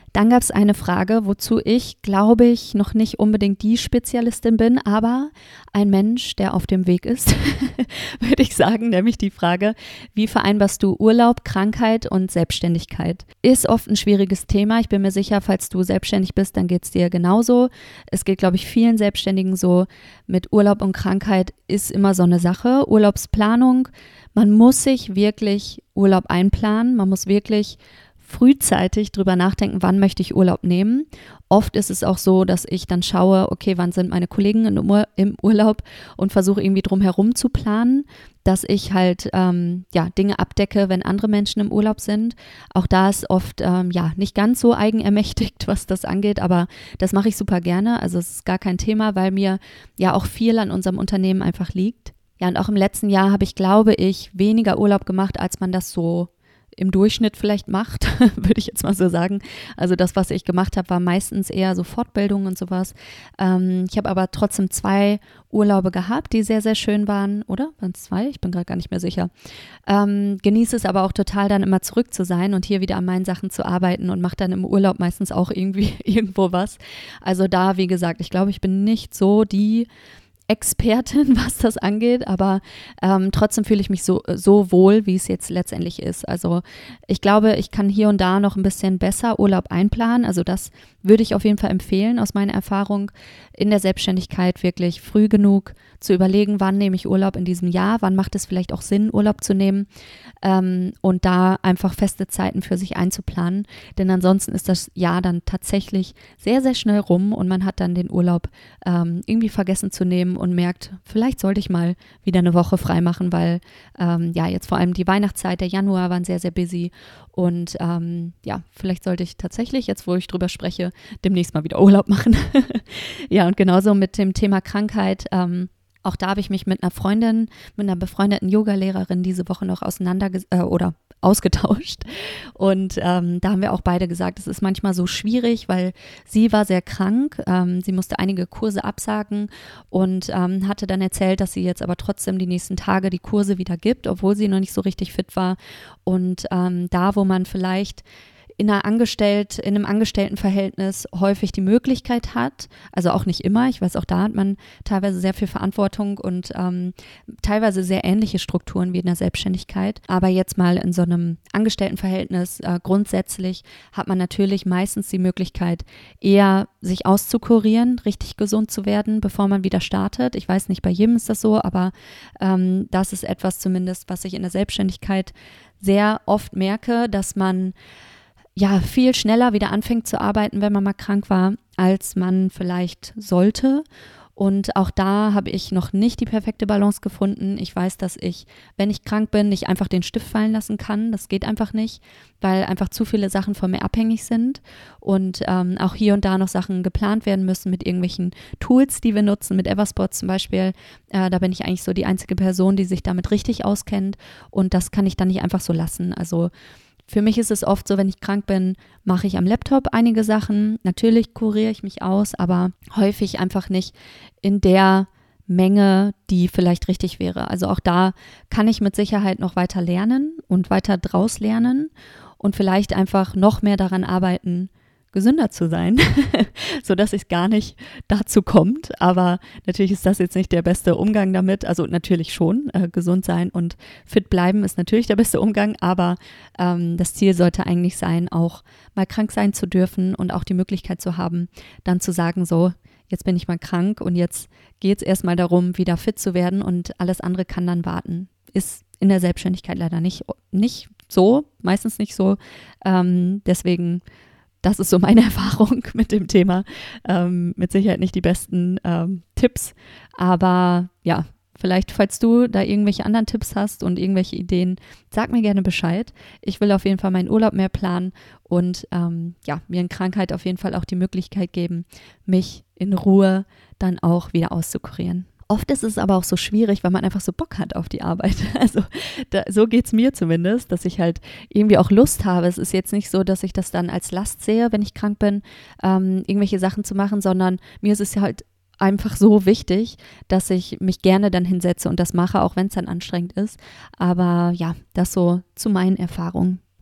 Dann gab es eine Frage, wozu ich, glaube ich, noch nicht unbedingt die Spezialistin bin, aber ein Mensch, der auf dem Weg ist, würde ich sagen, nämlich die Frage, wie vereinbarst du Urlaub, Krankheit und Selbstständigkeit? Ist oft ein schwieriges Thema. Ich bin mir sicher, falls du selbstständig bist, dann geht es dir genauso. Es geht, glaube ich, vielen Selbstständigen so, mit Urlaub und Krankheit ist immer so eine Sache. Urlaubsplanung, man muss sich wirklich Urlaub einplanen, man muss wirklich frühzeitig drüber nachdenken, wann möchte ich Urlaub nehmen. Oft ist es auch so, dass ich dann schaue, okay, wann sind meine Kollegen im Urlaub und versuche irgendwie drum herum zu planen, dass ich halt Dinge abdecke, wenn andere Menschen im Urlaub sind. Auch da ist oft nicht ganz so eigenermächtigt, was das angeht, aber das mache ich super gerne. Also es ist gar kein Thema, weil mir ja auch viel an unserem Unternehmen einfach liegt. Ja, und auch im letzten Jahr habe ich, glaube ich, weniger Urlaub gemacht, als man das so im Durchschnitt vielleicht macht, würde ich jetzt mal so sagen. Also das, was ich gemacht habe, war meistens eher so Fortbildungen und sowas. Ich habe aber trotzdem 2 Urlaube gehabt, die sehr, sehr schön waren, oder? Waren es 2? Ich bin gerade gar nicht mehr sicher. Genieße es aber auch total, dann immer zurück zu sein und hier wieder an meinen Sachen zu arbeiten und mache dann im Urlaub meistens auch irgendwie irgendwo was. Also da, wie gesagt, ich glaube, ich bin nicht so die Expertin, was das angeht, aber trotzdem fühle ich mich so wohl, wie es jetzt letztendlich ist. Also ich glaube, ich kann hier und da noch ein bisschen besser Urlaub einplanen. Also das würde ich auf jeden Fall empfehlen, aus meiner Erfahrung in der Selbstständigkeit wirklich früh genug zu überlegen, wann nehme ich Urlaub in diesem Jahr, wann macht es vielleicht auch Sinn, Urlaub zu nehmen und da einfach feste Zeiten für sich einzuplanen. Denn ansonsten ist das Jahr dann tatsächlich sehr, sehr schnell rum und man hat dann den Urlaub irgendwie vergessen zu nehmen und merkt, vielleicht sollte ich mal wieder eine Woche frei machen, weil jetzt vor allem die Weihnachtszeit, der Januar waren sehr, sehr busy und vielleicht sollte ich tatsächlich, jetzt wo ich drüber spreche, demnächst mal wieder Urlaub machen. Ja, und genauso mit dem Thema Krankheit, auch da habe ich mich mit einer befreundeten Yoga-Lehrerin diese Woche noch ausgetauscht. Und da haben wir auch beide gesagt, es ist manchmal so schwierig, weil sie war sehr krank. Sie musste einige Kurse absagen und hatte dann erzählt, dass sie jetzt aber trotzdem die nächsten Tage die Kurse wieder gibt, obwohl sie noch nicht so richtig fit war. Und da, wo man vielleicht in einem Angestelltenverhältnis häufig die Möglichkeit hat, also auch nicht immer, ich weiß, auch da hat man teilweise sehr viel Verantwortung und teilweise sehr ähnliche Strukturen wie in der Selbstständigkeit, aber jetzt mal in so einem Angestelltenverhältnis grundsätzlich hat man natürlich meistens die Möglichkeit, eher sich auszukurieren, richtig gesund zu werden, bevor man wieder startet. Ich weiß nicht, bei jedem ist das so, aber das ist etwas zumindest, was ich in der Selbstständigkeit sehr oft merke, dass man viel schneller wieder anfängt zu arbeiten, wenn man mal krank war, als man vielleicht sollte. Und auch da habe ich noch nicht die perfekte Balance gefunden. Ich weiß, dass ich, wenn ich krank bin, nicht einfach den Stift fallen lassen kann. Das geht einfach nicht, weil einfach zu viele Sachen von mir abhängig sind und auch hier und da noch Sachen geplant werden müssen mit irgendwelchen Tools, die wir nutzen, mit Everspot zum Beispiel. Da bin ich eigentlich so die einzige Person, die sich damit richtig auskennt und das kann ich dann nicht einfach so lassen. Also für mich ist es oft so, wenn ich krank bin, mache ich am Laptop einige Sachen. Natürlich kuriere ich mich aus, aber häufig einfach nicht in der Menge, die vielleicht richtig wäre. Also auch da kann ich mit Sicherheit noch weiter lernen und weiter draus lernen und vielleicht einfach noch mehr daran arbeiten, gesünder zu sein, sodass es gar nicht dazu kommt. Aber natürlich ist das jetzt nicht der beste Umgang damit. Also natürlich schon, gesund sein und fit bleiben ist natürlich der beste Umgang, aber das Ziel sollte eigentlich sein, auch mal krank sein zu dürfen und auch die Möglichkeit zu haben, dann zu sagen, so, jetzt bin ich mal krank und jetzt geht es erstmal darum, wieder fit zu werden und alles andere kann dann warten. Ist in der Selbstständigkeit leider nicht so, meistens nicht so. Deswegen das ist so meine Erfahrung mit dem Thema. Mit Sicherheit nicht die besten Tipps, aber ja, vielleicht, falls du da irgendwelche anderen Tipps hast und irgendwelche Ideen, sag mir gerne Bescheid. Ich will auf jeden Fall meinen Urlaub mehr planen und mir in Krankheit auf jeden Fall auch die Möglichkeit geben, mich in Ruhe dann auch wieder auszukurieren. Oft ist es aber auch so schwierig, weil man einfach so Bock hat auf die Arbeit. Also so geht es mir zumindest, dass ich halt irgendwie auch Lust habe. Es ist jetzt nicht so, dass ich das dann als Last sehe, wenn ich krank bin, irgendwelche Sachen zu machen, sondern mir ist es ja halt einfach so wichtig, dass ich mich gerne dann hinsetze und das mache, auch wenn es dann anstrengend ist. Aber ja, das so zu meinen Erfahrungen.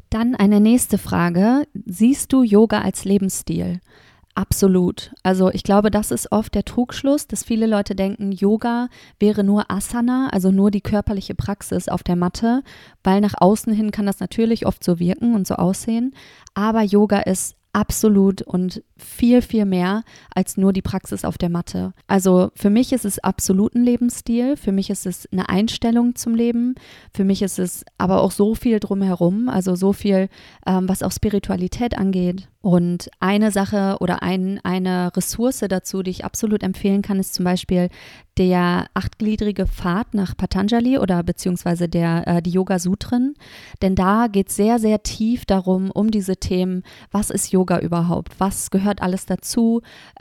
Dann eine nächste Frage. Siehst du Yoga als Lebensstil? Absolut. Also ich glaube, das ist oft der Trugschluss, dass viele Leute denken, Yoga wäre nur Asana, also nur die körperliche Praxis auf der Matte, weil nach außen hin kann das natürlich oft so wirken und so aussehen, aber Yoga ist absolut und viel, viel mehr als nur die Praxis auf der Matte. Also für mich ist es absolut ein Lebensstil, für mich ist es eine Einstellung zum Leben, für mich ist es aber auch so viel drumherum, also so viel, was auch Spiritualität angeht. Und eine Sache oder eine Ressource dazu, die ich absolut empfehlen kann, ist zum Beispiel der 8-gliedrige Pfad nach Patanjali oder beziehungsweise die Yoga-Sutren. Denn da geht es sehr, sehr tief darum, um diese Themen, was ist Yoga überhaupt, was gehört alles dazu,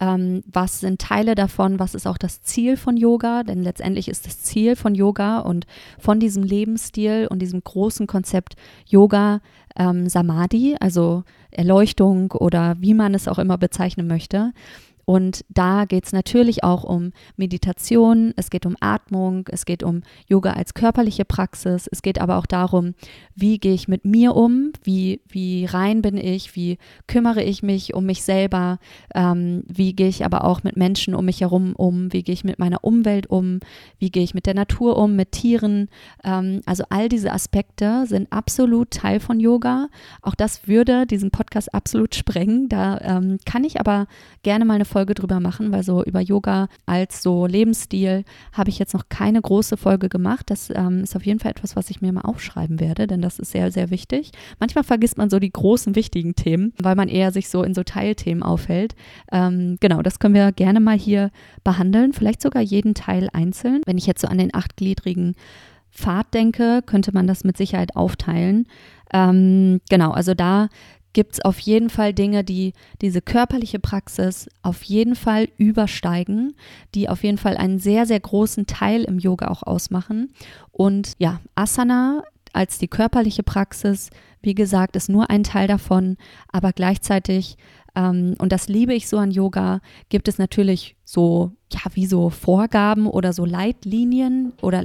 was sind Teile davon, was ist auch das Ziel von Yoga, denn letztendlich ist das Ziel von Yoga und von diesem Lebensstil und diesem großen Konzept Yoga Samadhi, also Erleuchtung oder wie man es auch immer bezeichnen möchte. Und da geht es natürlich auch um Meditation, es geht um Atmung, es geht um Yoga als körperliche Praxis, es geht aber auch darum, wie gehe ich mit mir um, wie rein bin ich, wie kümmere ich mich um mich selber, wie gehe ich aber auch mit Menschen um mich herum um, wie gehe ich mit meiner Umwelt um, wie gehe ich mit der Natur um, mit Tieren. Also all diese Aspekte sind absolut Teil von Yoga. Auch das würde diesen Podcast absolut sprengen. Da kann ich aber gerne mal eine Folge drüber machen, weil so über Yoga als so Lebensstil habe ich jetzt noch keine große Folge gemacht. Das ist auf jeden Fall etwas, was ich mir mal aufschreiben werde, denn das ist sehr, sehr wichtig. Manchmal vergisst man so die großen, wichtigen Themen, weil man eher sich so in so Teilthemen aufhält. Genau, das können wir gerne mal hier behandeln, vielleicht sogar jeden Teil einzeln. Wenn ich jetzt so an den 8-gliedrigen Pfad denke, könnte man das mit Sicherheit aufteilen. Genau, also da gibt es auf jeden Fall Dinge, die diese körperliche Praxis auf jeden Fall übersteigen, die auf jeden Fall einen sehr, sehr großen Teil im Yoga auch ausmachen. Und ja, Asana als die körperliche Praxis, wie gesagt, ist nur ein Teil davon, aber gleichzeitig, und das liebe ich so an Yoga, gibt es natürlich so, ja, wie so Vorgaben oder so Leitlinien oder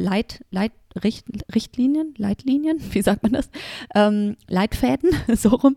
Richtlinien, wie sagt man das? Leitfäden, so rum,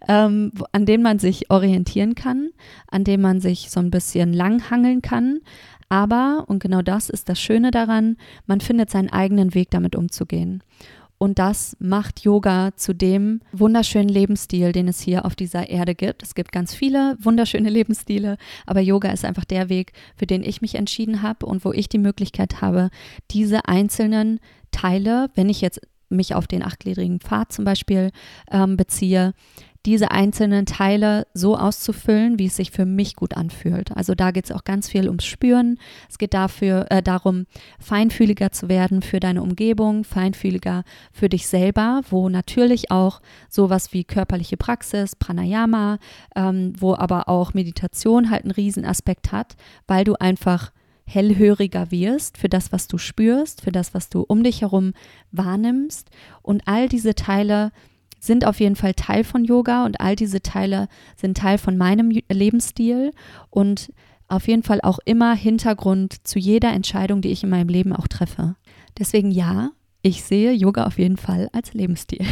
an denen man sich orientieren kann, an denen man sich so ein bisschen langhangeln kann. Aber, und genau das ist das Schöne daran, man findet seinen eigenen Weg, damit umzugehen. Und das macht Yoga zu dem wunderschönen Lebensstil, den es hier auf dieser Erde gibt. Es gibt ganz viele wunderschöne Lebensstile, aber Yoga ist einfach der Weg, für den ich mich entschieden habe und wo ich die Möglichkeit habe, diese einzelnen Teile, wenn ich jetzt mich auf den 8-gliedrigen Pfad zum Beispiel beziehe, diese einzelnen Teile so auszufüllen, wie es sich für mich gut anfühlt. Also da geht es auch ganz viel ums Spüren. Es geht darum, feinfühliger zu werden für deine Umgebung, feinfühliger für dich selber, wo natürlich auch sowas wie körperliche Praxis, Pranayama, wo aber auch Meditation halt einen Riesenaspekt hat, weil du einfach hellhöriger wirst für das, was du spürst, für das, was du um dich herum wahrnimmst. Und all diese Teile sind auf jeden Fall Teil von Yoga und all diese Teile sind Teil von meinem Lebensstil und auf jeden Fall auch immer Hintergrund zu jeder Entscheidung, die ich in meinem Leben auch treffe. Deswegen ja, ich sehe Yoga auf jeden Fall als Lebensstil.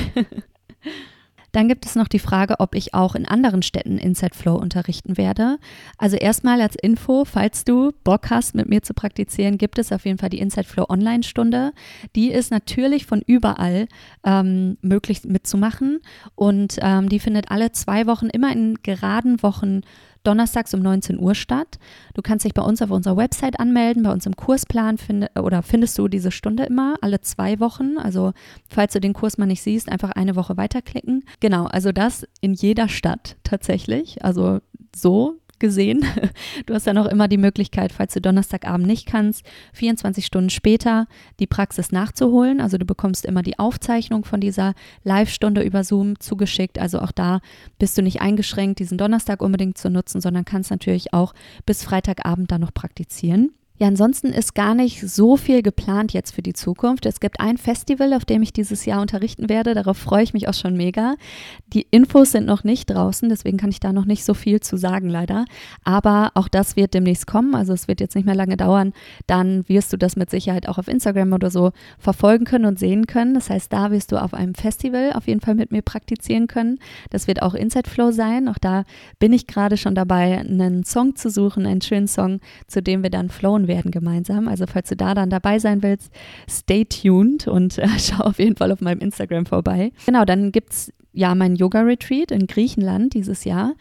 Dann gibt es noch die Frage, ob ich auch in anderen Städten Inside Flow unterrichten werde. Also erstmal als Info, falls du Bock hast, mit mir zu praktizieren, gibt es auf jeden Fall die Inside Flow Online-Stunde. Die ist natürlich von überall möglich mitzumachen und die findet alle 2 Wochen, immer in geraden Wochen, donnerstags um 19 Uhr statt. Du kannst dich bei uns auf unserer Website anmelden, bei uns im Kursplan findest du diese Stunde immer, alle 2 Wochen. Also falls du den Kurs mal nicht siehst, einfach eine Woche weiterklicken. Genau, also das in jeder Stadt tatsächlich, also so gesehen. Du hast dann auch immer die Möglichkeit, falls du Donnerstagabend nicht kannst, 24 Stunden später die Praxis nachzuholen. Also du bekommst immer die Aufzeichnung von dieser Live-Stunde über Zoom zugeschickt. Also auch da bist du nicht eingeschränkt, diesen Donnerstag unbedingt zu nutzen, sondern kannst natürlich auch bis Freitagabend dann noch praktizieren. Ja, ansonsten ist gar nicht so viel geplant jetzt für die Zukunft. Es gibt ein Festival, auf dem ich dieses Jahr unterrichten werde. Darauf freue ich mich auch schon mega. Die Infos sind noch nicht draußen, deswegen kann ich da noch nicht so viel zu sagen, leider. Aber auch das wird demnächst kommen. Also es wird jetzt nicht mehr lange dauern. Dann wirst du das mit Sicherheit auch auf Instagram oder so verfolgen können und sehen können. Das heißt, da wirst du auf einem Festival auf jeden Fall mit mir praktizieren können. Das wird auch Inside Flow sein. Auch da bin ich gerade schon dabei, einen Song zu suchen, einen schönen Song, zu dem wir dann flowen werden gemeinsam. Also falls du da dann dabei sein willst, stay tuned und schau auf jeden Fall auf meinem Instagram vorbei. Genau, dann gibt es ja mein Yoga-Retreat in Griechenland dieses Jahr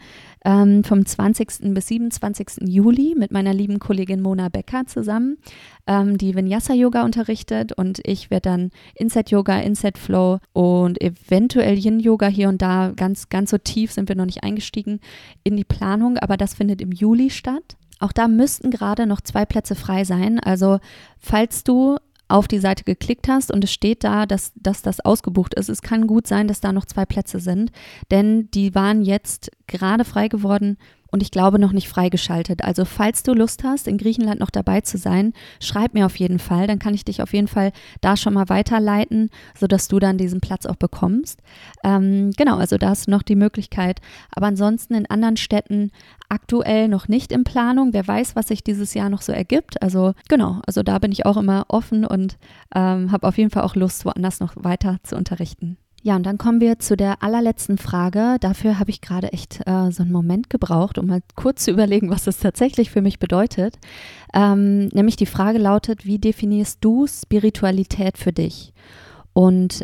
vom 20. bis 27. Juli mit meiner lieben Kollegin Mona Becker zusammen, die Vinyasa-Yoga unterrichtet, und ich werde dann Inside-Yoga, Inside-Flow und eventuell Yin-Yoga hier und da, ganz so tief sind wir noch nicht eingestiegen in die Planung, aber das findet im Juli statt. Auch da müssten gerade noch 2 Plätze frei sein. Also falls du auf die Seite geklickt hast und es steht da, dass das ausgebucht ist, es kann gut sein, dass da noch 2 Plätze sind, denn die waren jetzt gerade frei geworden und ich glaube noch nicht freigeschaltet. Also falls du Lust hast, in Griechenland noch dabei zu sein, schreib mir auf jeden Fall, dann kann ich dich auf jeden Fall da schon mal weiterleiten, sodass du dann diesen Platz auch bekommst. Genau, also da ist noch die Möglichkeit, aber ansonsten in anderen Städten aktuell noch nicht in Planung. Wer weiß, was sich dieses Jahr noch so ergibt. Also genau, also da bin ich auch immer offen und habe auf jeden Fall auch Lust, woanders noch weiter zu unterrichten. Ja, und dann kommen wir zu der allerletzten Frage. Dafür habe ich gerade echt so einen Moment gebraucht, um mal kurz zu überlegen, was das tatsächlich für mich bedeutet. Nämlich die Frage lautet: Wie definierst du Spiritualität für dich? Und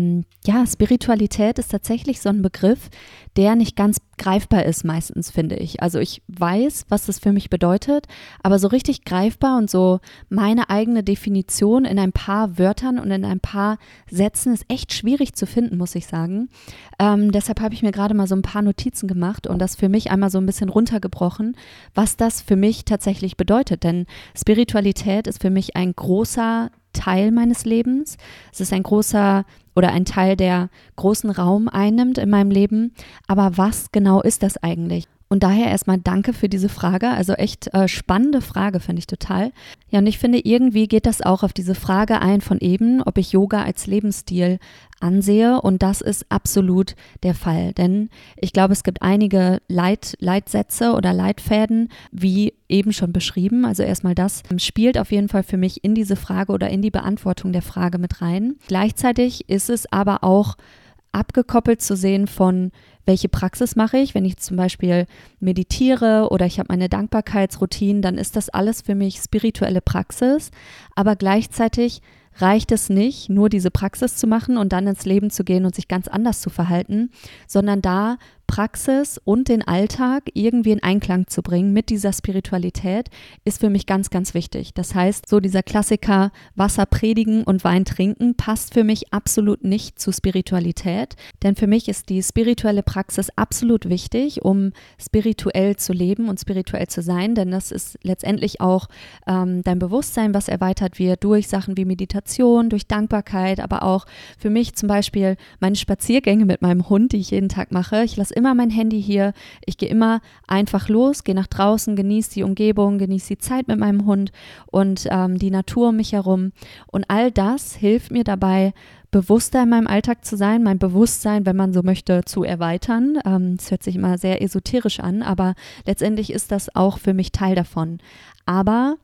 ja, Spiritualität ist tatsächlich so ein Begriff, der nicht ganz greifbar ist meistens, finde ich. Also ich weiß, was das für mich bedeutet, aber so richtig greifbar und so meine eigene Definition in ein paar Wörtern und in ein paar Sätzen ist echt schwierig zu finden, muss ich sagen. Deshalb habe ich mir gerade mal so ein paar Notizen gemacht und das für mich einmal so ein bisschen runtergebrochen, was das für mich tatsächlich bedeutet. Denn Spiritualität ist für mich ein großer Teil meines Lebens. Es ist ein großer oder ein Teil, der großen Raum einnimmt in meinem Leben. Aber was genau ist das eigentlich? Und daher erstmal danke für diese Frage. Also echt spannende Frage, finde ich total. Ja, und ich finde, irgendwie geht das auch auf diese Frage ein von eben, ob ich Yoga als Lebensstil ansehe. Und das ist absolut der Fall. Denn ich glaube, es gibt einige Leitsätze oder Leitfäden, wie eben schon beschrieben. Also erstmal das spielt auf jeden Fall für mich in diese Frage oder in die Beantwortung der Frage mit rein. Gleichzeitig ist es aber auch abgekoppelt zu sehen von, welche Praxis mache ich. Wenn ich zum Beispiel meditiere oder ich habe meine Dankbarkeitsroutinen, dann ist das alles für mich spirituelle Praxis. Aber gleichzeitig reicht es nicht, nur diese Praxis zu machen und dann ins Leben zu gehen und sich ganz anders zu verhalten, sondern da Praxis und den Alltag irgendwie in Einklang zu bringen mit dieser Spiritualität, ist für mich ganz, ganz wichtig. Das heißt, so dieser Klassiker Wasser predigen und Wein trinken passt für mich absolut nicht zu Spiritualität, denn für mich ist die spirituelle Praxis absolut wichtig, um spirituell zu leben und spirituell zu sein, denn das ist letztendlich auch dein Bewusstsein, was erweitert wird durch Sachen wie Meditation, durch Dankbarkeit, aber auch für mich zum Beispiel meine Spaziergänge mit meinem Hund, die ich jeden Tag mache. Ich lasse immer mein Handy hier, ich gehe immer einfach los, gehe nach draußen, genieße die Umgebung, genieße die Zeit mit meinem Hund und die Natur um mich herum. Und all das hilft mir dabei, bewusster in meinem Alltag zu sein, mein Bewusstsein, wenn man so möchte, zu erweitern. Es hört sich immer sehr esoterisch an, aber letztendlich ist das auch für mich Teil davon. Aber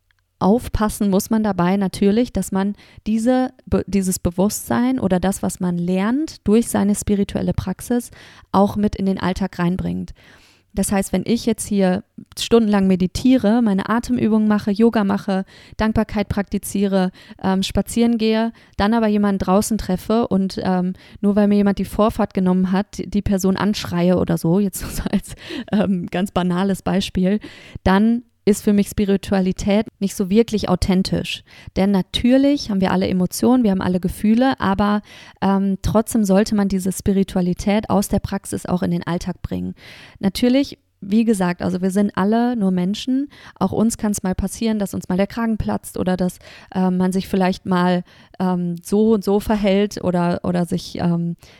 aufpassen muss man dabei natürlich, dass man dieses Bewusstsein oder das, was man lernt durch seine spirituelle Praxis, auch mit in den Alltag reinbringt. Das heißt, wenn ich jetzt hier stundenlang meditiere, meine Atemübungen mache, Yoga mache, Dankbarkeit praktiziere, spazieren gehe, dann aber jemanden draußen treffe und nur weil mir jemand die Vorfahrt genommen hat, die Person anschreie oder so, jetzt so als ganz banales Beispiel, dann ist für mich Spiritualität nicht so wirklich authentisch. Denn natürlich haben wir alle Emotionen, wir haben alle Gefühle, aber trotzdem sollte man diese Spiritualität aus der Praxis auch in den Alltag bringen. Natürlich, wie gesagt, also wir sind alle nur Menschen. Auch uns kann es mal passieren, dass uns mal der Kragen platzt oder dass man sich vielleicht mal so und so verhält oder sich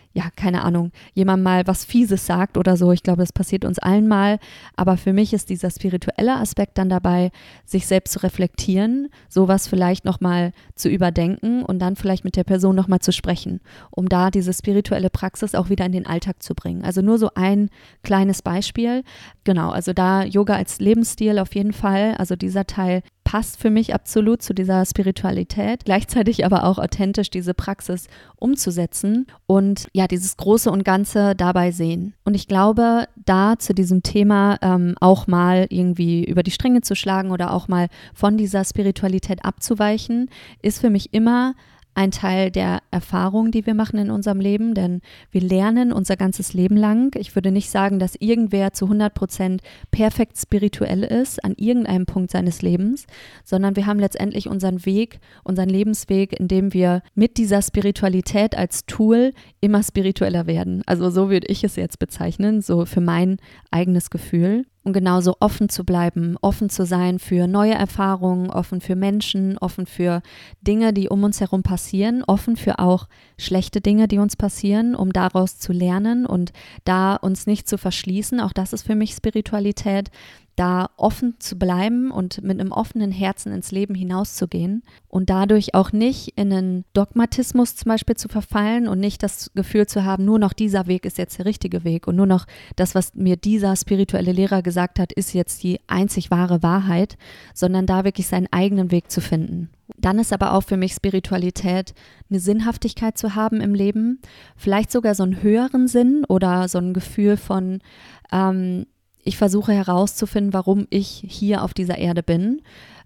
ja, keine Ahnung, jemand mal was Fieses sagt oder so. Ich glaube, das passiert uns allen mal. Aber für mich ist dieser spirituelle Aspekt dann dabei, sich selbst zu reflektieren, sowas vielleicht nochmal zu überdenken und dann vielleicht mit der Person nochmal zu sprechen, um da diese spirituelle Praxis auch wieder in den Alltag zu bringen. Also nur so ein kleines Beispiel. Genau, also da Yoga als Lebensstil auf jeden Fall, also dieser Teil passt für mich absolut zu dieser Spiritualität, gleichzeitig aber auch authentisch diese Praxis umzusetzen und ja, dieses Große und Ganze dabei sehen. Und ich glaube, da zu diesem Thema auch mal irgendwie über die Stränge zu schlagen oder auch mal von dieser Spiritualität abzuweichen, ist für mich immer ein Teil der Erfahrung, die wir machen in unserem Leben, denn wir lernen unser ganzes Leben lang. Ich würde nicht sagen, dass irgendwer zu 100% perfekt spirituell ist an irgendeinem Punkt seines Lebens, sondern wir haben letztendlich unseren Weg, unseren Lebensweg, in dem wir mit dieser Spiritualität als Tool immer spiritueller werden. Also so würde ich es jetzt bezeichnen, so für mein eigenes Gefühl. Und genauso offen zu bleiben, offen zu sein für neue Erfahrungen, offen für Menschen, offen für Dinge, die um uns herum passieren, offen für auch schlechte Dinge, die uns passieren, um daraus zu lernen und da uns nicht zu verschließen. Auch das ist für mich Spiritualität, da offen zu bleiben und mit einem offenen Herzen ins Leben hinauszugehen und dadurch auch nicht in einen Dogmatismus zum Beispiel zu verfallen und nicht das Gefühl zu haben, nur noch dieser Weg ist jetzt der richtige Weg und nur noch das, was mir dieser spirituelle Lehrer gesagt hat, ist jetzt die einzig wahre Wahrheit, sondern da wirklich seinen eigenen Weg zu finden. Dann ist aber auch für mich Spiritualität, eine Sinnhaftigkeit zu haben im Leben, vielleicht sogar so einen höheren Sinn oder so ein Gefühl von ich versuche herauszufinden, warum ich hier auf dieser Erde bin.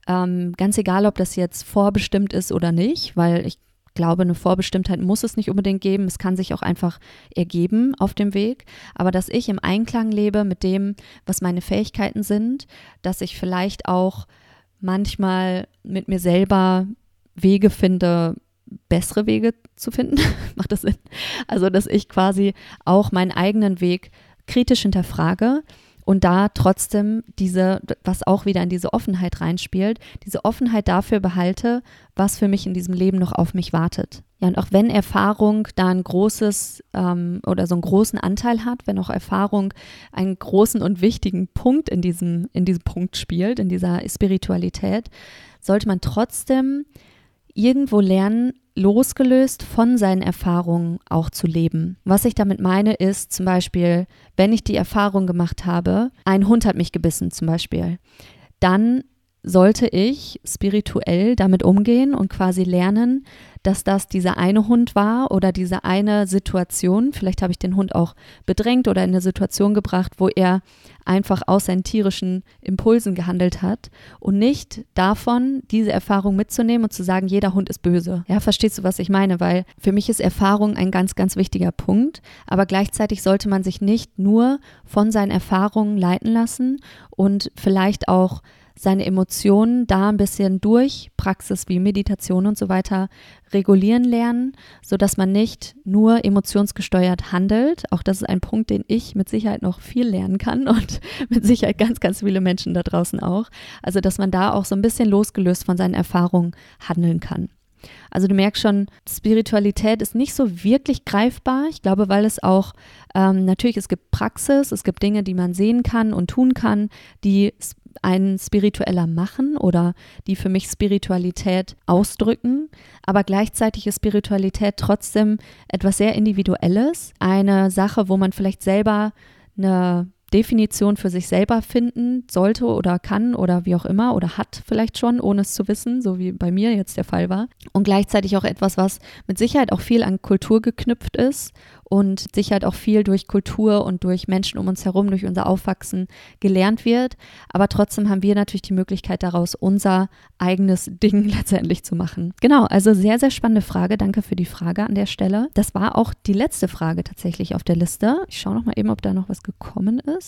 Ganz egal, ob das jetzt vorbestimmt ist oder nicht, weil ich glaube, eine Vorbestimmtheit muss es nicht unbedingt geben. Es kann sich auch einfach ergeben auf dem Weg. Aber dass ich im Einklang lebe mit dem, was meine Fähigkeiten sind, dass ich vielleicht auch manchmal mit mir selber Wege finde, bessere Wege zu finden. Macht das Sinn? Also, dass ich quasi auch meinen eigenen Weg kritisch hinterfrage und da trotzdem was auch wieder in diese Offenheit reinspielt, diese Offenheit dafür behalte, was für mich in diesem Leben noch auf mich wartet. Ja, und auch wenn Erfahrung da ein großes oder so einen großen Anteil hat, wenn auch Erfahrung einen großen und wichtigen Punkt in diesem Punkt spielt, in dieser Spiritualität, sollte man trotzdem irgendwo lernen, losgelöst von seinen Erfahrungen auch zu leben. Was ich damit meine, ist zum Beispiel, wenn ich die Erfahrung gemacht habe, ein Hund hat mich gebissen zum Beispiel, dann sollte ich spirituell damit umgehen und quasi lernen, dass das dieser eine Hund war oder diese eine Situation. Vielleicht habe ich den Hund auch bedrängt oder in eine Situation gebracht, wo er einfach aus seinen tierischen Impulsen gehandelt hat und nicht davon, diese Erfahrung mitzunehmen und zu sagen, jeder Hund ist böse. Ja, verstehst du, was ich meine? Weil für mich ist Erfahrung ein ganz, ganz wichtiger Punkt, aber gleichzeitig sollte man sich nicht nur von seinen Erfahrungen leiten lassen und vielleicht auch seine Emotionen da ein bisschen durch Praxis wie Meditation und so weiter regulieren lernen, sodass man nicht nur emotionsgesteuert handelt. Auch das ist ein Punkt, den ich mit Sicherheit noch viel lernen kann und mit Sicherheit ganz, ganz viele Menschen da draußen auch. Also, dass man da auch so ein bisschen losgelöst von seinen Erfahrungen handeln kann. Also du merkst schon, Spiritualität ist nicht so wirklich greifbar. Ich glaube, weil es auch, natürlich, es gibt Praxis, es gibt Dinge, die man sehen kann und tun kann, die einen spiritueller machen oder die für mich Spiritualität ausdrücken. Aber gleichzeitig ist Spiritualität trotzdem etwas sehr Individuelles. Eine Sache, wo man vielleicht selber eine Definition für sich selber finden sollte oder kann oder wie auch immer oder hat vielleicht schon, ohne es zu wissen, so wie bei mir jetzt der Fall war. Und gleichzeitig auch etwas, was mit Sicherheit auch viel an Kultur geknüpft ist und Sicherheit auch viel durch Kultur und durch Menschen um uns herum, durch unser Aufwachsen gelernt wird. Aber trotzdem haben wir natürlich die Möglichkeit daraus, unser eigenes Ding letztendlich zu machen. Genau, also sehr, sehr spannende Frage. Danke für die Frage an der Stelle. Das war auch die letzte Frage tatsächlich auf der Liste. Ich schaue noch mal eben, ob da noch was gekommen ist.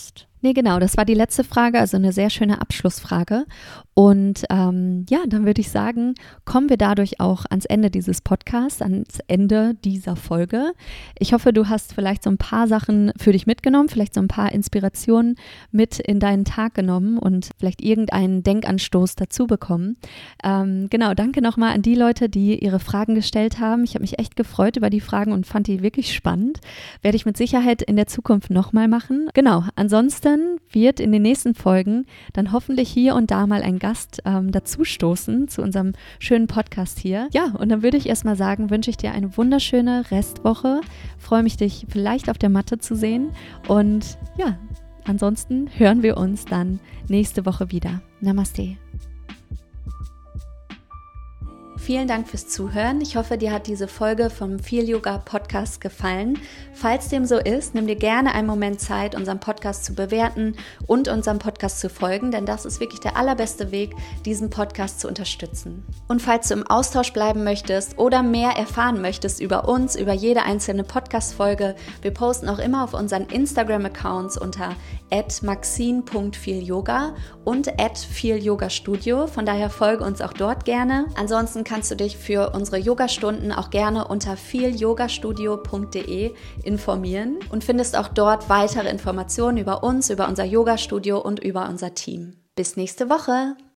Nee, genau, das war die letzte Frage, also eine sehr schöne Abschlussfrage. Und dann würde ich sagen, kommen wir dadurch auch ans Ende dieses Podcasts, ans Ende dieser Folge. Ich hoffe, du hast vielleicht so ein paar Sachen für dich mitgenommen, vielleicht so ein paar Inspirationen mit in deinen Tag genommen und vielleicht irgendeinen Denkanstoß dazu bekommen. Danke nochmal an die Leute, die ihre Fragen gestellt haben. Ich habe mich echt gefreut über die Fragen und fand die wirklich spannend. Werde ich mit Sicherheit in der Zukunft nochmal machen. Genau, ansonsten wird in den nächsten Folgen dann hoffentlich hier und da mal ein Gast dazu stoßen zu unserem schönen Podcast hier. Ja, und dann würde ich erstmal sagen, wünsche ich dir eine wunderschöne Restwoche. Freue mich, dich vielleicht auf der Matte zu sehen. Und ja, ansonsten hören wir uns dann nächste Woche wieder. Namaste. Vielen Dank fürs Zuhören. Ich hoffe, dir hat diese Folge vom Feel Yoga Podcast gefallen. Falls dem so ist, nimm dir gerne einen Moment Zeit, unseren Podcast zu bewerten und unserem Podcast zu folgen, denn das ist wirklich der allerbeste Weg, diesen Podcast zu unterstützen. Und falls du im Austausch bleiben möchtest oder mehr erfahren möchtest über uns, über jede einzelne Podcast-Folge, wir posten auch immer auf unseren Instagram-Accounts unter @maxine.feelyoga und @feelyogastudio. Von daher folge uns auch dort gerne. Ansonsten kannst du dich für unsere Yogastunden auch gerne unter feelyogastudio.de informieren und findest auch dort weitere Informationen über uns, über unser Yogastudio und über unser Team. Bis nächste Woche!